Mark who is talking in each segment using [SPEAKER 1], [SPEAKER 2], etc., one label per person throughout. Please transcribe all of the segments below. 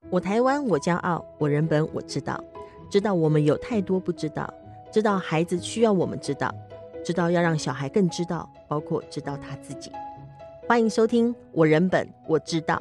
[SPEAKER 1] 我台湾我骄傲，我人本我知道，知道我们有太多不知道，知道孩子需要我们知道，知道要让小孩更知道，包括知道他自己。欢迎收听我人本我知道。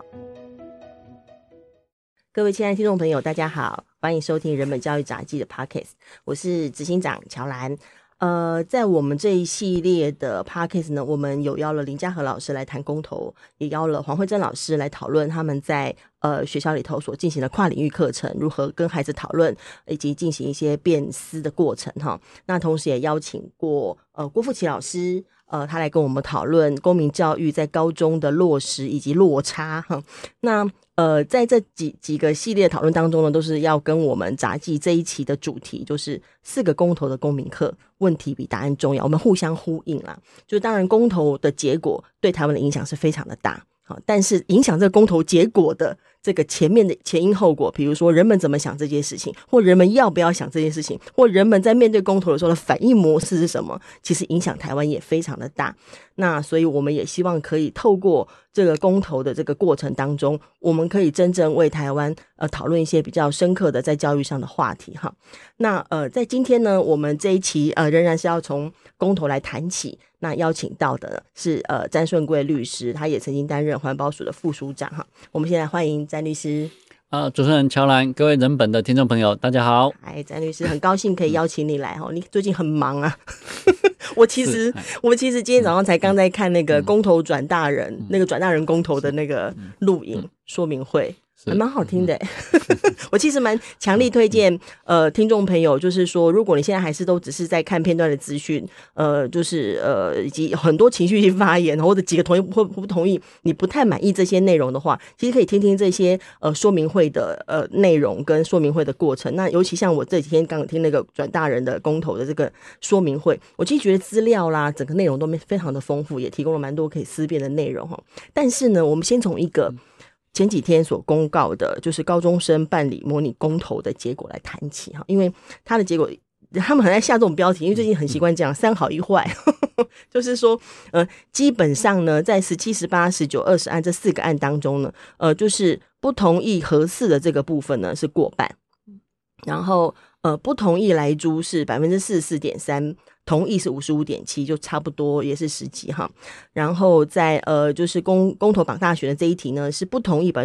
[SPEAKER 1] 各位亲爱的听众朋友大家好，欢迎收听人本教育杂技的 Podcast， 我是执行长乔兰。在我们这一系列的 podcast 呢，我们有邀了林嘉禾老师来谈公投，也邀了黄慧珍老师来讨论他们在学校里头所进行的跨领域课程，如何跟孩子讨论，以及进行一些辨识的过程哈。那同时也邀请过郭富琪老师，他来跟我们讨论公民教育在高中的落实以及落差哈。那在这几个系列讨论当中呢，都是要跟我们杂技这一期的主题，就是4个公投的公民课，问题比答案重要，我们互相呼应啦。就当然公投的结果对台湾的影响是非常的大，但是影响这个公投结果的这个前面的前因后果，比如说人们怎么想这件事情，或人们要不要想这件事情，或人们在面对公投的时候的反应模式是什么，其实影响台湾也非常的大。那所以我们也希望可以透过这个公投的这个过程当中，我们可以真正为台湾讨论一些比较深刻的在教育上的话题哈。那在今天呢，我们这一期仍然是要从公投来谈起。那邀请到的是詹顺贵律师，他也曾经担任环保署的副署长哈。我们现在欢迎詹律师。
[SPEAKER 2] 主持人乔兰，各位人本的听众朋友大家好。
[SPEAKER 1] 嗨，詹律师，很高兴可以邀请你来你最近很忙啊。我其实今天早上才刚在看那个公投转大人，那个转大人公投的那个录影说明会，还蛮好听的我其实蛮强力推荐听众朋友，就是说如果你现在还是都只是在看片段的资讯，就是以及很多情绪性发言，或者几个同意或不同意，你不太满意这些内容的话，其实可以听听这些说明会的内容跟说明会的过程。那尤其像我这几天刚听那个转大人的公投的这个说明会，我其实觉得资料啦整个内容都非常的丰富，也提供了蛮多可以思辨的内容但是呢，我们先从一个前几天所公告的就是高中生办理模拟公投的结果来谈起因为他的结果他们很爱下这种标题，因为最近很习惯讲3好1坏就是说基本上呢在17、18、19、20案这4个案当中呢就是不同意核4的这个部分呢是过半，然后不同意莱猪是 44.3%， 同意是 55.7%， 就差不多也是10几哈。然后在就是公投榜大选的这一题呢，是不同意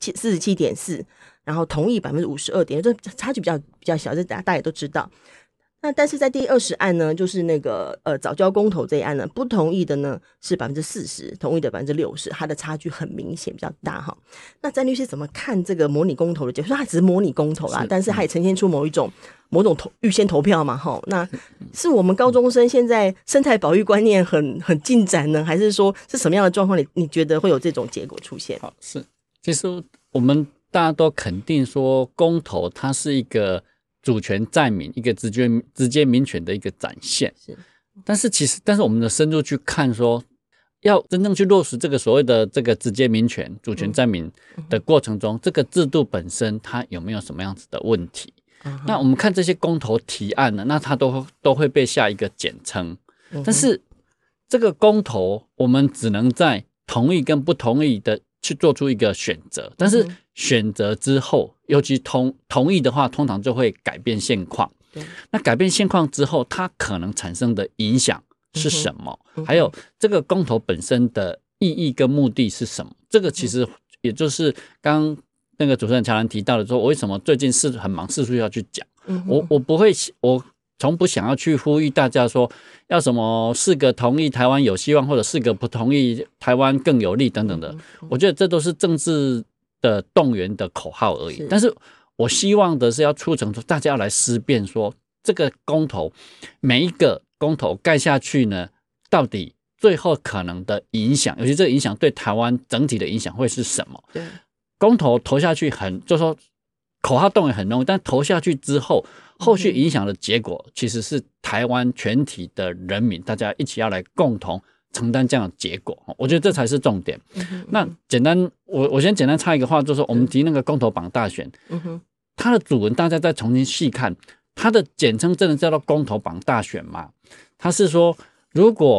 [SPEAKER 1] 47.4%， 然后同意 52.6%， 这差距比较小，这大家也都知道。那但是在第20案呢，就是那个早教公投这一案呢，不同意的呢是 40%， 同意的 60%， 它的差距很明显比较大哈。那詹律师怎么看这个模拟公投的结果？说它只是模拟公投啦，但是它也呈现出某种预先投票嘛哈。那是我们高中生现在生态保育观念很进展呢，还是说是什么样的状况你觉得会有这种结果出现？
[SPEAKER 2] 好，是其实我们大家都肯定说公投它是一个主权在民，一个直接民权的一个展现。是，但是我们的深入去看说，要真正去落实这个所谓的这个直接民权、主权在民的过程中，这个制度本身它有没有什么样子的问题？那我们看这些公投提案呢，那它都会被下一个简称，但是这个公投我们只能在同意跟不同意的去做出一个选择，但是选择之后，尤其同意的话，通常就会改变现况。那改变现况之后，它可能产生的影响是什么？还有这个公投本身的意义跟目的是什么？这个其实也就是刚那个主持人乔兰提到的说，我为什么最近是很忙，事出要去讲。我从不想要去呼吁大家说要什么4个同意台湾有希望，或者4个不同意台湾更有利等等的。我觉得这都是政治的动员的口号而已。但是我希望的是要促成大家要来思辨说，这个公投每一个公投盖下去呢，到底最后可能的影响，尤其这个影响对台湾整体的影响会是什么？对，公投投下去就是说口号动员很容易，但投下去之后，后续影响的结果其实是台湾全体的人民，大家一起要来共同承担这样的结果。我觉得这才是重点。那简单，我先简单插一个话，就是说我们提那个公投榜大选，它的主文大家再重新细看，它的简称真的叫做公投榜大选吗？它是说如果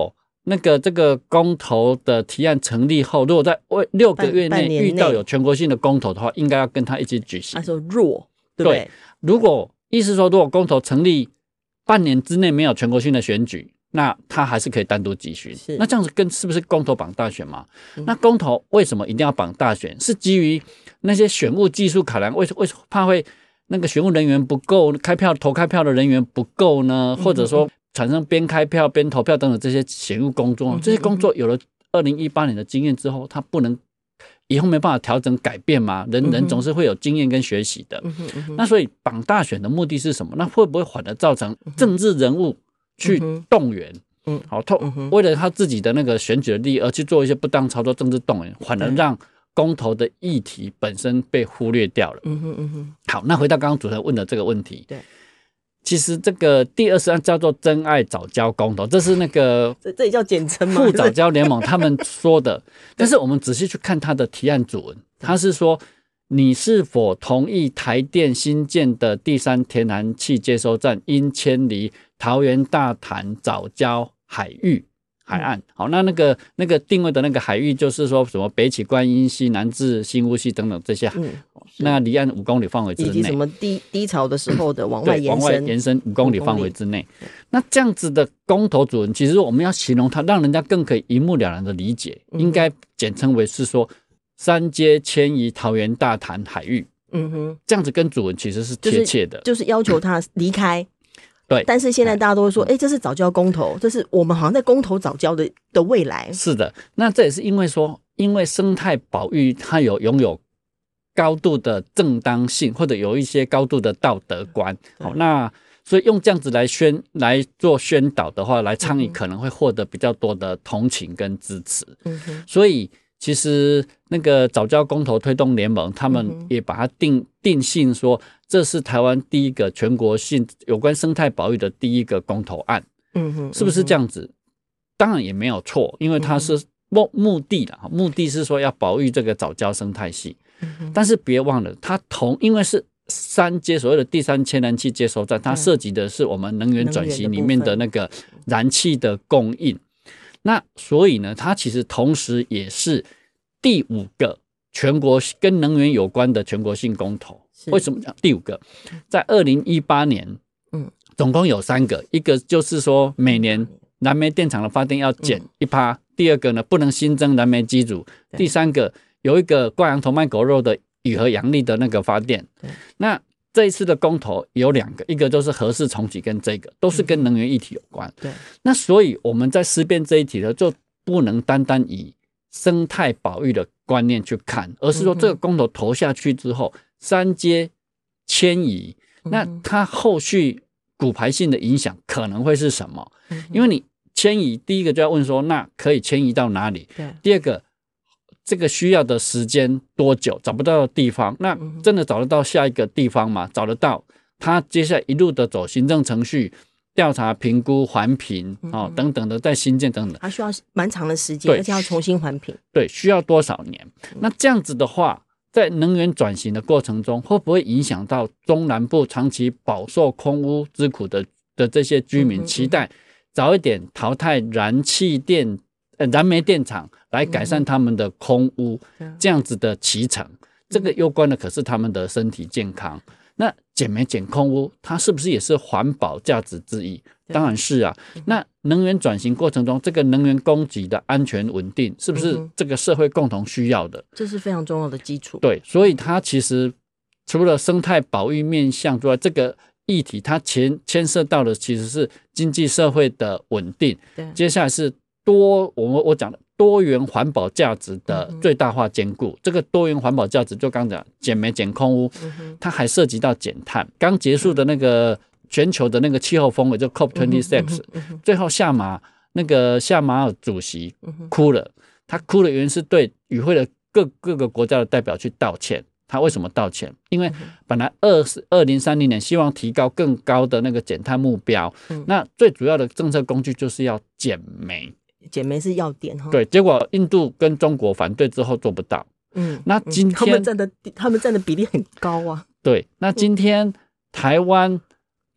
[SPEAKER 2] 那个这个公投的提案成立后，如果在6个月内遇到有全国性的公投的话，应该要跟他一起举行。
[SPEAKER 1] 他说弱，对不对？
[SPEAKER 2] 如果意思说，如果公投成立半年之内没有全国性的选举，那他还是可以单独集训。那这样子是不是公投绑大选嘛？那公投为什么一定要绑大选？是基于那些选务技术考量，为什么怕会那个选务人员不够，投开票的人员不够呢？或者说产生边开票边投票等等这些选务工作，这些工作有了2018年的经验之后，他不能以后没办法调整改变嘛？人总是会有经验跟学习的。那所以绑大选的目的是什么？那会不会反而造成政治人物去动员？好，为了他自己的那个选举的利益而去做一些不当操作，政治动员，反而让公投的议题本身被忽略掉了。好，那回到刚刚主持人问的这个问题，
[SPEAKER 1] 对，
[SPEAKER 2] 其实这个第20案叫做真爱早教公投，这是那个
[SPEAKER 1] 这也叫简称吗？
[SPEAKER 2] 副早教联盟他们说的。但是我们仔细去看他的提案主文，他是说你是否同意台电新建的第3天然气接收站应迁离桃园大潭早教海岸。好，那个定位的那个海域就是说什么北起观音溪、南至新屋溪等等这些，那离岸5公里范围之内，以
[SPEAKER 1] 及什么低潮的时候的往外延
[SPEAKER 2] 伸5公里范围之内。那这样子的公投主文，其实我们要形容它，让人家更可以一目了然的理解，应该简称为是说3接迁移桃园大潭海域。这样子跟主文其实是贴切的，
[SPEAKER 1] 就是要求他离开。
[SPEAKER 2] 对，
[SPEAKER 1] 但是现在大家都会说，这是早教公投，这是我们好像在公投早教的未来。
[SPEAKER 2] 是的，那这也是因为生态保育它拥有高度的正当性，或者有一些高度的道德观。好，那所以用这样子来做宣导的话，来倡议可能会获得比较多的同情跟支持。所以其实那个早教公投推动联盟，他们也把它定性说，这是台湾第一个全国性有关生态保育的第一个公投案。是不是这样子？当然也没有错，因为它是目的是说要保育这个早教生态系。但是别忘了，它因为是3接所谓的第3天然气接收站，它涉及的是我们能源转型里面的那个燃气的供应。那所以呢，它其实同时也是第5个全国跟能源有关的全国性公投。为什么讲第5个？在2018年，总共有3个，一个就是说每年燃煤电厂的发电要减1%，第2个呢不能新增燃煤机组，第3个有一个挂羊头卖狗肉的宇和阳力的那个发电。那这一次的公投有2个，一个就是核四重启，跟这个都是跟能源议题有关。那所以我们在思辨这一题呢，就不能单单以生态保育的观念去看，而是说这个公投投下去之后，3接迁移，那它后续骨牌性的影响可能会是什么？因为你迁移，第一个就要问说，那可以迁移到哪里？第2个，这个需要的时间多久？找不到的地方，那真的找得到下一个地方吗？找得到，他接下来一路的走行政程序、调查、评估、环评等等的，再新建等等，
[SPEAKER 1] 它需要蛮长的时间，而且要重新环评。
[SPEAKER 2] 对，需要多少年？那这样子的话，在能源转型的过程中，会不会影响到中南部长期饱受空污之苦的这些居民，期待早一点淘汰燃煤电厂来改善他们的空污，这样子的期程，这个攸关的可是他们的身体健康。那减煤减空污，它是不是也是环保价值之一？当然是啊。那能源转型过程中，这个能源供给的安全稳定，是不是这个社会共同需要的？
[SPEAKER 1] 这是非常重要的基础。
[SPEAKER 2] 对，所以它其实除了生态保育面向之外，这个议题它牵涉到的其实是经济社会的稳定。接下来是我讲的多元环保价值的最大化兼顾。这个多元环保价值就刚讲减煤减空污，它还涉及到减碳。刚结束的那个全球的那个气候峰会就 COP26，最后夏马尔主席哭了。他哭的原因是对与会的各个国家的代表去道歉。他为什么道歉？因为本来2030年希望提高更高的那个减碳目标，那最主要的政策工具就是要减煤。
[SPEAKER 1] 减煤是要点。
[SPEAKER 2] 对，结果印度跟中国反对之后做不到。那今天
[SPEAKER 1] 他们占的比例很高啊。
[SPEAKER 2] 对，那今天台湾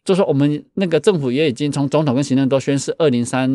[SPEAKER 2] 就说我们那个政府也已经从总统跟行政都宣示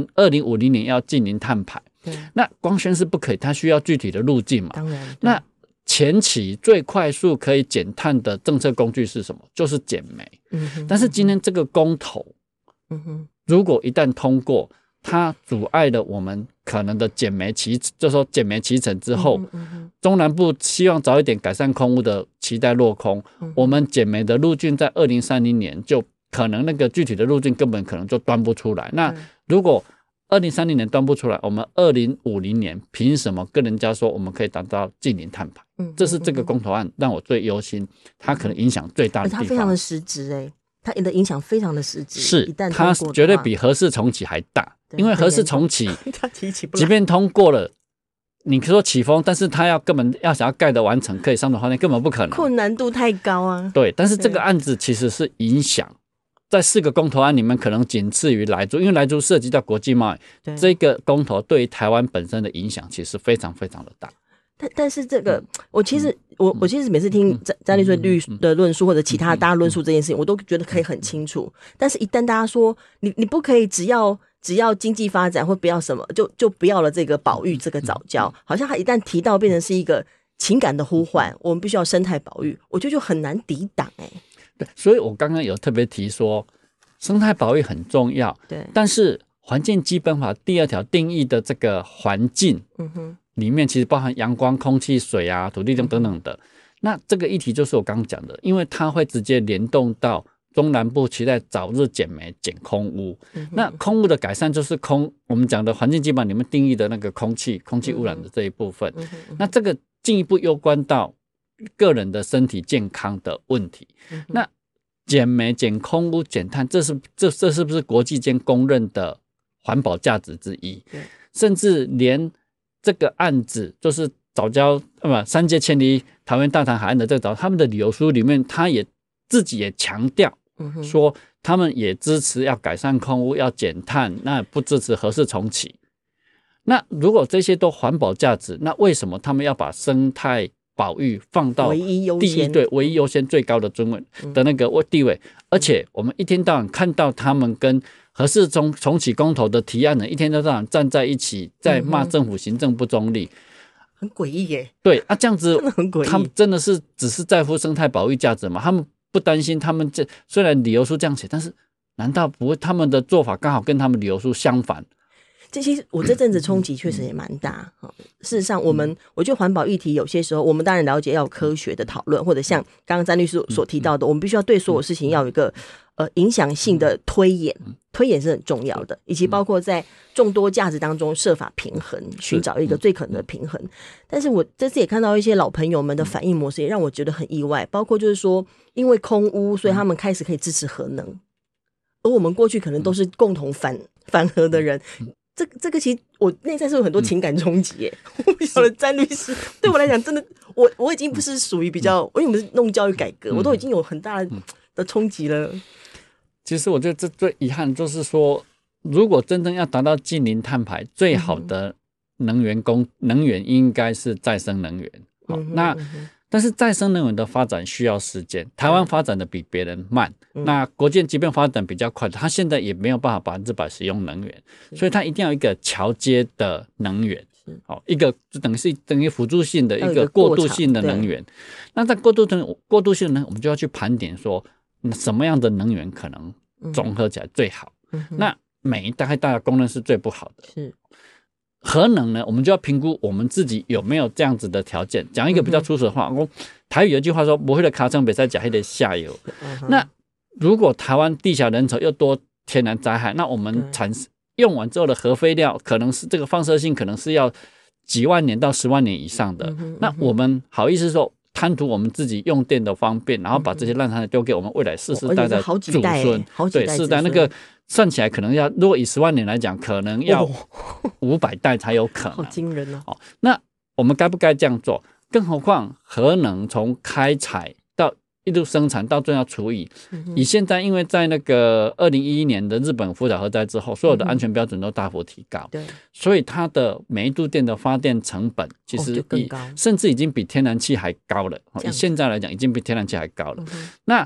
[SPEAKER 2] 2050年要净零碳排。那光宣示不可以，它需要具体的路径嘛。
[SPEAKER 1] 当然，
[SPEAKER 2] 那前期最快速可以减碳的政策工具是什么？就是减煤。但是今天这个公投，如果一旦通过，它阻碍了我们可能的减煤就是说减煤期程之后，中南部希望早一点改善空污的期待落空，我们减煤的路径在2030年就可能那个具体的路径根本可能就端不出来。那如果2030年端不出来，我们2050年凭什么跟人家说我们可以达到净零碳排？这是这个公投案让我最忧心，它可能影响最大的地方。
[SPEAKER 1] 它非常的实质它的影响非常的实质，
[SPEAKER 2] 是它绝对比核四重启还大，因为核四重启即便通过了，你说起风，但是它根本要想要盖的完成可以上的话，那根本不可能，
[SPEAKER 1] 困难度太高啊。
[SPEAKER 2] 对，但是这个案子其实是影响。在4个公投案里面，可能仅次于莱猪，因为莱猪涉及到国际贸易，这个公投对于台湾本身的影响其实非常非常的大。
[SPEAKER 1] 但是这个，我其实每次听詹律师的论述或者其他大家论述这件事情，我都觉得可以很清楚。但是一旦大家说你不可以只要经济发展或不要什么，就不要了这个保育这个藻礁，好像它一旦提到变成是一个情感的呼唤，我们必须要生态保育，我觉得就很难抵挡
[SPEAKER 2] 对，所以我刚刚有特别提说，生态保育很重要。
[SPEAKER 1] 对，
[SPEAKER 2] 但是环境基本法第2条定义的这个环境，里面其实包含阳光、空气、水啊、土地等等的。那这个议题就是我刚刚讲的，因为它会直接联动到中南部期待早日减煤、减空污。那空污的改善就是我们讲的环境基本法里面定义的那个空气污染的这一部分。那这个进一步攸关到个人的身体健康的问题。那减煤、减空污、减碳，这是不是国际间公认的环保价值之一？甚至连这个案子就是藻礁3界迁离桃园大潭海岸的这个他们的理由书里面，他也自己也强调说，他们也支持要改善空污、要减碳，那不支持核四重启。那如果这些都环保价值，那为什么他们要把生态保育放到
[SPEAKER 1] 唯一优先，
[SPEAKER 2] 对，唯一优先最高的尊位的那个地位？而且我们一天到晚看到他们跟核四重启公投的提案人一天到晚站在一起，在骂政府行政不中立，
[SPEAKER 1] 很诡异耶。
[SPEAKER 2] 对啊，这样子
[SPEAKER 1] 真的很诡异。
[SPEAKER 2] 他们真的是只是在乎生态保育价值吗？他们不担心他们虽然理由书这样写，但是难道不会他们的做法刚好跟他们理由书相反？
[SPEAKER 1] 这些我这阵子冲击确实也蛮大。事实上我觉得环保议题有些时候我们当然了解要有科学的讨论，或者像刚刚詹律师所提到的，我们必须要对所有事情要有一个影响性的推演是很重要的，以及包括在众多价值当中设法平衡，寻找一个最可能的平衡。但是我这次也看到一些老朋友们的反应模式，也让我觉得很意外，包括就是说因为空污，所以他们开始可以支持核能，而我们过去可能都是共同反核的人。这个其实我内在是有很多情感冲击耶。我不晓得詹律师对我来讲真的，我已经不是属于比较，因为我们是弄教育改革，我都已经有很大的冲击了。
[SPEAKER 2] 其实我觉得这最遗憾就是说，如果真正要达到净零碳排，最好的能源应该是再生能源。但是再生能源的发展需要时间，台湾发展的比别人慢，那国际即便发展比较快，它现在也没有办法100%使用能源，所以它一定要有一个桥接的能源，一个就等于辅助性的一个过渡性的能源。那在过渡性的能源，我们就要去盘点说什么样的能源可能综合起来最好。那煤大概大家公认是最不好的。
[SPEAKER 1] 是
[SPEAKER 2] 核能呢，我们就要评估我们自己有没有这样子的条件。讲一个比较粗俗的话，台语有一句话说，不会的卡车比赛讲还得下游。那如果台湾地小人稠又多天然灾害，那我们用完之后的核废料，可能是这个放射性可能是要几万年到10万年以上的。那我们好意思说贪图我们自己用电的方便，然后把这些烂摊子丢给我们未来世代的祖孙，对，世代那个算起来可能要，如果以10万年来讲，可能要500代才有可能，
[SPEAKER 1] 好惊人哦！
[SPEAKER 2] 那我们该不该这样做？更何况核能从开采到一路生产到最后处理，以现在因为在那个2011年的日本福岛核灾之后，所有的安全标准都大幅提高，
[SPEAKER 1] 对，
[SPEAKER 2] 所以它的每一度电的发电成本其实甚至已经比天然气还高了。以现在来讲，已经比天然气还高了。那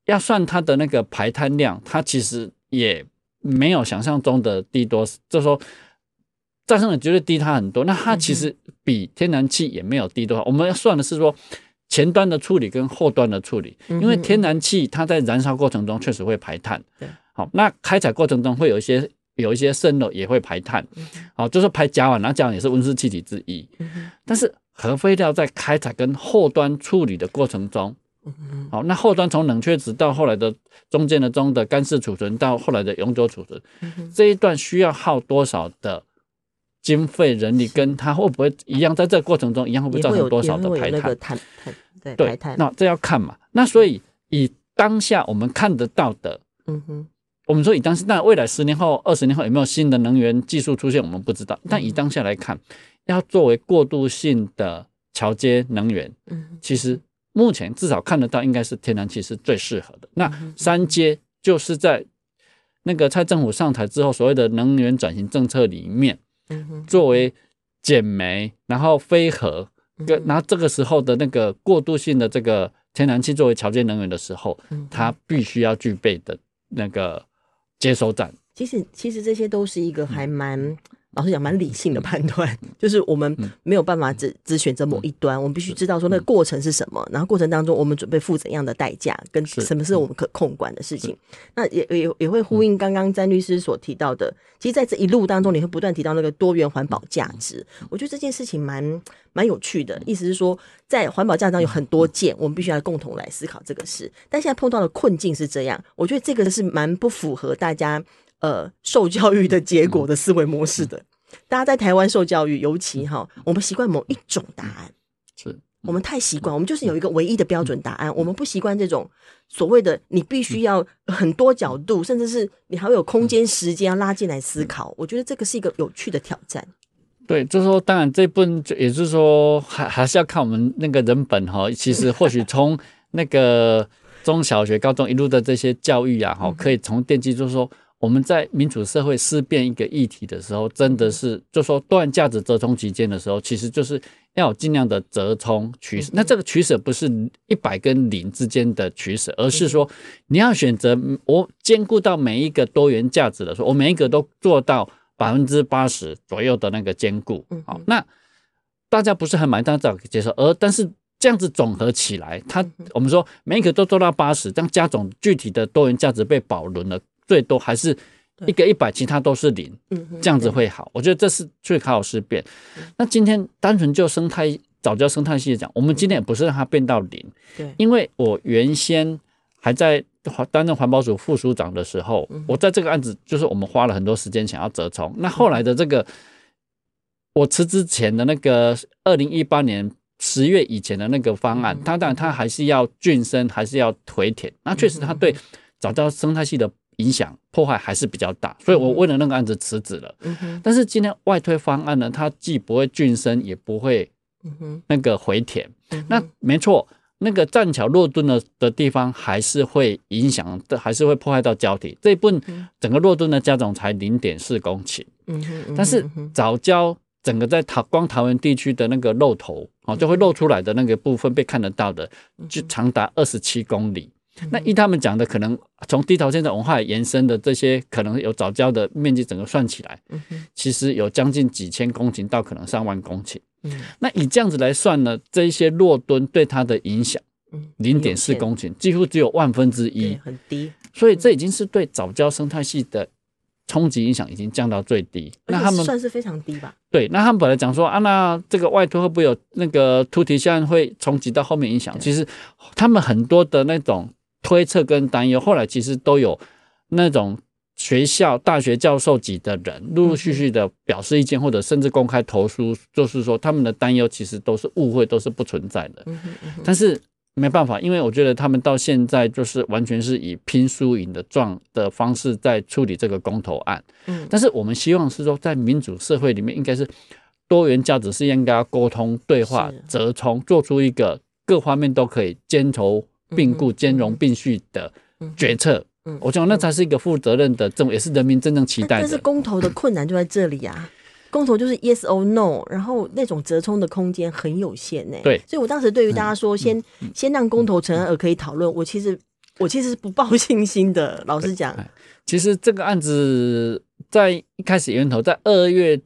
[SPEAKER 2] 要算它的那个排碳量，它其实也没有想象中的低多，就是说再生能绝对低它很多，那它其实比天然气也没有低多少。我们要算的是说前端的处理跟后端的处理，因为天然气它在燃烧过程中确实会排碳，好，那开采过程中会有一些渗漏也会排碳，好，就是排甲烷，那甲烷也是温室气体之一，但是核废料在开采跟后端处理的过程中，好，那后端从冷却值到后来的中间的中的干式储存到后来的永久储存，这一段需要耗多少的经费人力，跟它会不会一样，在这个过程中一样会不会造成多少的排碳？对，排碳，那这要看嘛。那所以以当下我们看得到的，我们说以当下，那未来10年后、20年后有没有新的能源技术出现，我们不知道。但以当下来看，要作为过渡性的桥接能源，其实目前至少看得到，应该是天然气是最适合的。那3阶就是在那个蔡政府上台之后，所谓的能源转型政策里面，作为减煤，然后非核，然后这个时候的那个过渡性的这个天然气作为桥接能源的时候，它必须要具备的那个接收站。
[SPEAKER 1] 其实这些都是一个还蛮老实讲蛮理性的判断，就是我们没有办法只选择某一端，我们必须知道说那个过程是什么，然后过程当中我们准备付怎样的代价，跟什么是我们可控管的事情。那也会呼应刚刚詹律师所提到的，其实在这一路当中你会不断提到那个多元环保价值，我觉得这件事情蛮有趣的，意思是说在环保价值上有很多件，我们必须要共同来思考这个事，但现在碰到的困境是这样，我觉得这个是蛮不符合大家受教育的结果的思维模式的。大家在台湾受教育，尤其我们习惯某一种答案，我们太习惯，我们就是有一个唯一的标准答案，我们不习惯这种所谓的你必须要很多角度，甚至是你还会有空间时间要拉进来思考，我觉得这个是一个有趣的挑战。
[SPEAKER 2] 对，就是说当然这部分也就是说还是要看我们那个人本其实或许从那个中小学高中一路的这些教育啊可以从奠基，就是说我们在民主社会思辨一个议题的时候，真的是就说多元价值折冲期间的时候，其实就是要有尽量的折冲取舍。那这个取舍不是100跟0之间的取舍，而是说你要选择我兼顾到每一个多元价值的时候，我每一个都做到80%左右的那个兼顾。好，那大家不是很满意，大家可以接受。但是这样子总合起来，我们说每一个都做到80%，这样加总具体的多元价值被保伦了。最多还是一个100，其他都是0，这样子会好。我觉得这是最好思辨。那今天单纯就早教生态系讲，我们今天也不是让它变到0，因为我原先还在担任环保署副署长的时候，我在这个案子就是我们花了很多时间想要折冲。那后来的这个我辞职前的那个2018年10月以前的那个方案，当然它还是要浚深，还是要回填。那确实它对早教生态系的影响破坏还是比较大，所以我为了那个案子辞职了。但是今天外推方案呢，它既不会浚深，也不会那个回填。那没错，那个栈桥落墩的地方还是会影响的，还是会破坏到胶体。这一部分整个落墩的加总才0.4公顷，但是早教整个在光桃园地区的那个漏头就会露出来的那个部分被看得到的，就长达27公里。那依他们讲的，可能从低桃线的文化延伸的这些，可能有早教的面积整个算起来，其实有将近几千公顷到可能上万公顷。那以这样子来算呢，这一些落墩对它的影响0.4公顷，几乎只有1/1000，
[SPEAKER 1] 很低。
[SPEAKER 2] 所以这已经是对早教生态系的冲击影响已经降到最低。那他们
[SPEAKER 1] 算是非常低吧？
[SPEAKER 2] 对，那他们本来讲说那这个外推会不会有那个突堤下会冲击到后面影响？其实他们很多的那种推测跟担忧，后来其实都有那种学校大学教授级的人陆陆续续的表示意见，或者甚至公开投诉，就是说他们的担忧其实都是误会，都是不存在的。但是没办法，因为我觉得他们到现在就是完全是以拼输赢的方式在处理这个公投案。但是我们希望是说，在民主社会里面，应该是多元价值是应该要沟通对话折冲，做出一个各方面都可以兼筹并顾、兼容并蓄的决策。我想那才是一个负责任的政府，也是人民真正期待的。
[SPEAKER 1] 但是公投的困难就在这里啊，公投就是 yes or no， 然后那种折冲的空间很有限。
[SPEAKER 2] 对，
[SPEAKER 1] 所以我当时对于大家说先让公投成案而可以讨论，我其实我其实是不抱信心的，老实讲。
[SPEAKER 2] 其实这个案子在一开始源头在2月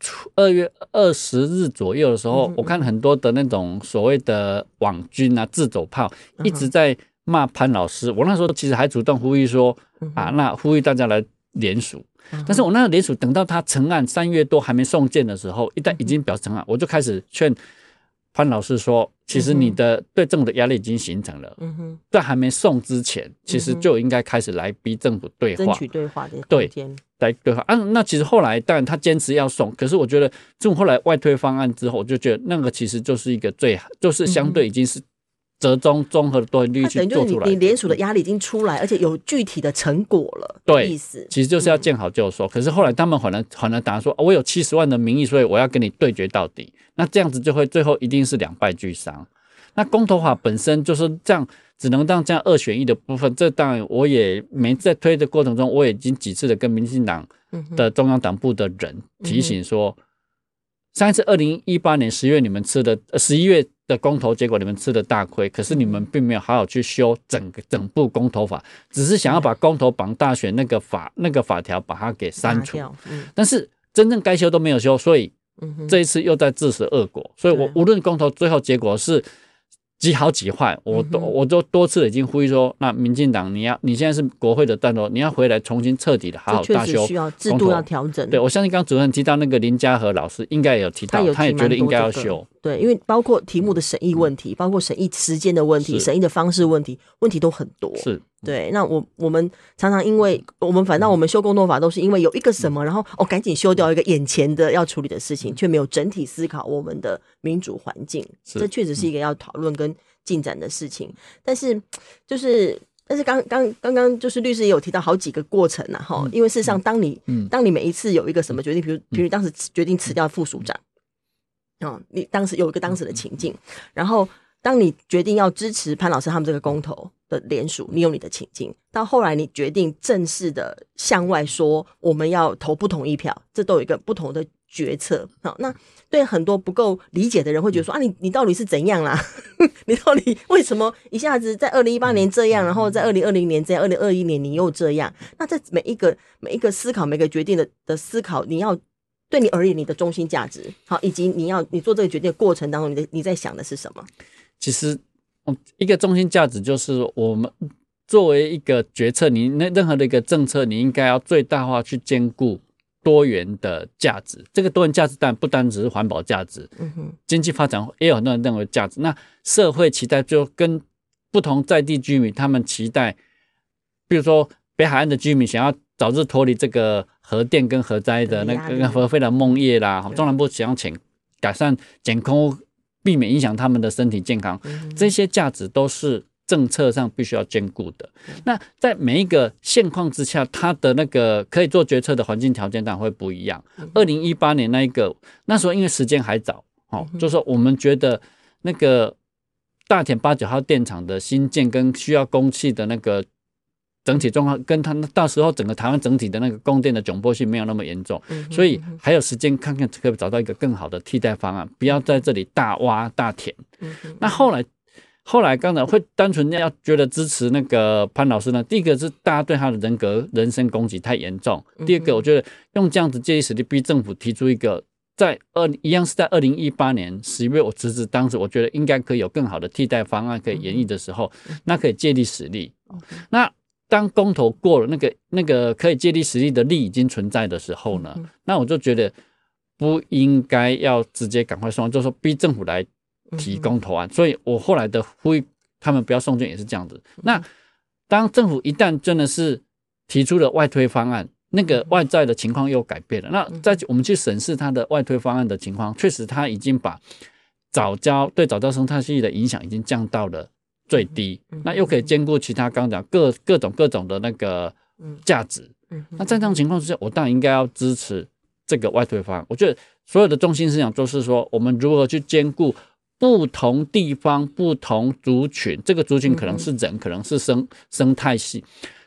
[SPEAKER 2] 20日左右的时候，我看很多的那种所谓的网军啊、自走炮一直在骂潘老师。我那时候其实还主动呼吁说那呼吁大家来联署。但是我那个联署等到他成案3月多还没送件的时候，一旦已经表示成案，我就开始劝潘老师说，其实你的对政府的压力已经形成了，在还没送之前，其实就应该开始来逼政府对话，
[SPEAKER 1] 争取对话的空间，
[SPEAKER 2] 来对话啊。那其实后来当然他坚持要送，可是我觉得政府后来外推方案之后，我就觉得那个其实就是一个就是相对已经是折中综合的多元利益去做出来的。
[SPEAKER 1] 你联署的压力已经出来，而且有具体的成果了。
[SPEAKER 2] 对，
[SPEAKER 1] 意思
[SPEAKER 2] 其实就是要见好就收。可是后来他们很难答说，我有70万的民意，所以我要跟你对决到底。那这样子就会最后一定是两败俱伤。那公投法本身就是这样，只能当这样2选1的部分。这当然我也没在推的过程中，我已经几次的跟民进党的中央党部的人提醒说，上一次2018年10月你们吃的11月的公投结果你们吃的大亏，可是你们并没有好好去修整部公投法，只是想要把公投绑大选那个法条把它给删除，但是真正该修都没有修，所以这一次又在自食恶果。所以我无论公投最后结果是几好几坏，我都多次已经呼吁说，那民进党你现在是国会的代表，你要回来重新彻底的好好大修，
[SPEAKER 1] 确实需要制度要调整。
[SPEAKER 2] 对，我相信刚刚主任提到那个林嘉禾老师应该也有提到，他也觉得应该要修。
[SPEAKER 1] 对，因为包括题目的审议问题，包括审议时间的问题，审议的方式问题都很多。
[SPEAKER 2] 是，
[SPEAKER 1] 对。那我们常常因为反倒我们修公投法都是因为有一个什么，然后赶紧修掉一个眼前的要处理的事情，却没有整体思考我们的民主环境。这确实是一个要讨论跟进展的事情。但是刚刚就是律师也有提到好几个过程啊，因为事实上当你每一次有一个什么决定，比如当时决定辞掉副署长，你当时有一个当时的情境，然后当你决定要支持潘老师他们这个公投的联署，你有你的情境，到后来你决定正式的向外说我们要投不同意票，这都有一个不同的决策。好，那对很多不够理解的人会觉得说你到底是怎样啦？你到底为什么一下子在2018年这样，然后在2020年这样，2021年你又这样？那这每一个思考，每个决定的思考，你要对你而言你的中心价值，好，以及你做这个决定的过程当中，你在想的是什么？
[SPEAKER 2] 其实一个中心价值就是我们作为一个决策，你任何的一个政策，你应该要最大化去兼顾多元的价值。这个多元价值当然不单只是环保价值，经济发展也有很多人认为价值。那社会期待就跟不同在地居民他们期待，比如说北海岸的居民想要早日脱离这个核电跟核灾的那个核废的梦魇啦，中南部想要改善减空，避免影响他们的身体健康，这些价值都是政策上必须要兼顾的。那在每一个现况之下，它的那个可以做决策的环境条件当然会不一样。2018年那时候因为时间还早，就是说我们觉得那个大田8、9号电厂的新建跟需要供气的那个整体状况，跟它到时候整个台湾整体的那个供电的窘迫性没有那么严重，所以还有时间看看可不可以找到一个更好的替代方案，不要在这里大挖大填。那后来刚才会单纯要觉得支持那个潘老师呢，第一个是大家对他的人身攻击太严重，第二个我觉得用这样子借力使力逼政府提出一个一样是在2018年10月我辞职，当时我觉得应该可以有更好的替代方案可以研议的时候，那可以借力使力。那当公投过了，那个可以借力使力的力已经存在的时候呢，那我就觉得不应该要直接赶快送，就是说逼政府来提公投案。所以我后来的呼吁他们不要送件也是这样子。那当政府一旦真的是提出了外推方案，那个外在的情况又改变了，那在我们去审视他的外推方案的情况，确实他已经把对藻礁生态系的影响已经降到了最低，那又可以兼顾其他刚讲各种的那个价值。那在这样情况之下，我当然应该要支持这个外推方案。我觉得所有的中心思想就是说，我们如何去兼顾不同地方、不同族群，这个族群可能是人，可能是生态系，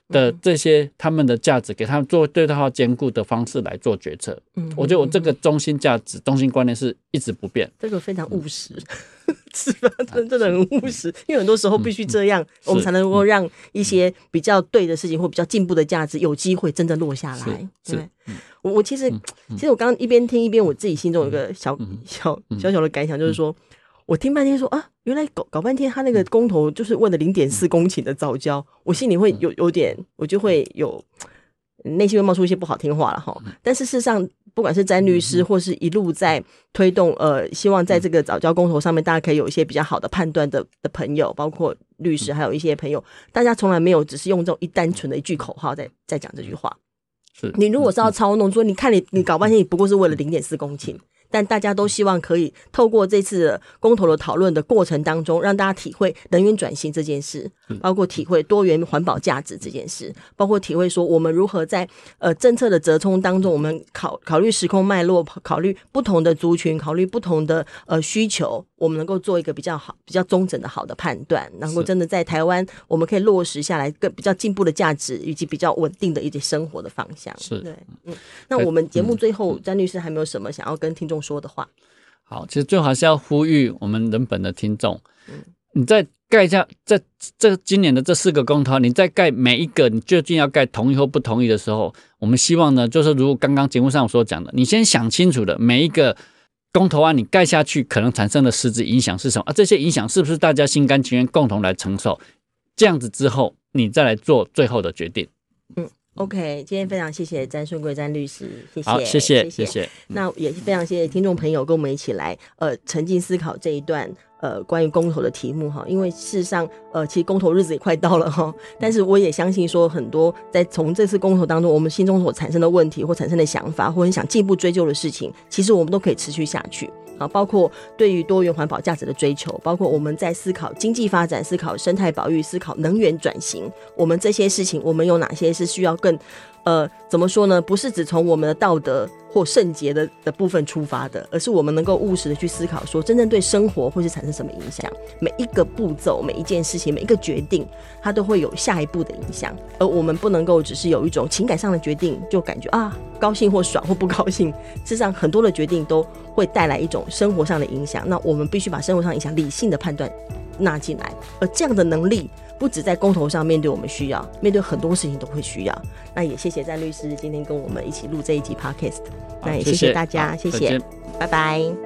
[SPEAKER 2] 的这些他们的价值，给他们做对他兼顾的方式来做决策。我觉得我这个中心价值、中心观念是一直不变。
[SPEAKER 1] 这个非常务实，是吧？真的很务实，因为很多时候必须这样，我们才能够让一些比较对的事情或比较进步的价值有机会真正落下来。对，我其实我刚刚一边听一边，我自己心中有一个小的感想，就是说。我听半天说啊，原来搞半天他那个公投就是为了0.4公顷的藻礁，我心里会有点，我就会有内心会冒出一些不好听话了哈。但是事实上，不管是詹律师或是一路在推动希望在这个藻礁公投上面，大家可以有一些比较好的判断的朋友，包括律师还有一些朋友，大家从来没有只是用这种单纯的一句口号在讲这句话。是你如果是要操弄，说你看你搞半天，你不过是为了0.4公顷。但大家都希望可以透过这次公投的讨论的过程当中，让大家体会能源转型这件事，包括体会多元环保价值这件事，包括体会说我们如何在政策的折冲当中，我们考虑时空脉络，考虑不同的族群，考虑不同的需求，我们能够做一个比较好、比较中整的好的判断，然后真的在台湾我们可以落实下来更比较进步的价值，以及比较稳定的一些生活的方向。是，对，那我们节目最后，詹律师还没有什么想要跟听众说的话？
[SPEAKER 2] 好，其实最好是要呼吁我们人本的听众，你在盖下这今年的这4个公投，你在盖每一个，你究竟要盖同意或不同意的时候，我们希望呢，就是如刚刚节目上所讲的，你先想清楚的每一个公投案你盖下去可能产生的实质影响是什么，这些影响是不是大家心甘情愿共同来承受？这样子之后，你再来做最后的决定。
[SPEAKER 1] OK， 今天非常谢谢詹顺贵詹律师，谢谢，
[SPEAKER 2] 好，谢谢。
[SPEAKER 1] 那也非常谢谢听众朋友跟我们一起来沉浸思考这一段关于公投的题目哈，因为事实上其实公投日子也快到了哈，但是我也相信说很多在从这次公投当中我们心中所产生的问题或产生的想法或很想进一步追究的事情，其实我们都可以持续下去。包括对于多元环保价值的追求，包括我们在思考经济发展、思考生态保育、思考能源转型，我们这些事情我们有哪些是需要更怎么说呢，不是只从我们的道德或圣洁的部分出发的，而是我们能够务实的去思考说真正对生活会是产生什么影响，每一个步骤、每一件事情、每一个决定它都会有下一步的影响，而我们不能够只是有一种情感上的决定就感觉高兴或爽或不高兴，事实上很多的决定都会带来一种生活上的影响，那我们必须把生活上的影响理性的判断纳进来，而这样的能力不只在公投上面对我们需要，面对很多事情都会需要。那也谢谢詹律师今天跟我们一起录这一集 Podcast， 那也谢谢大家，谢谢，拜拜。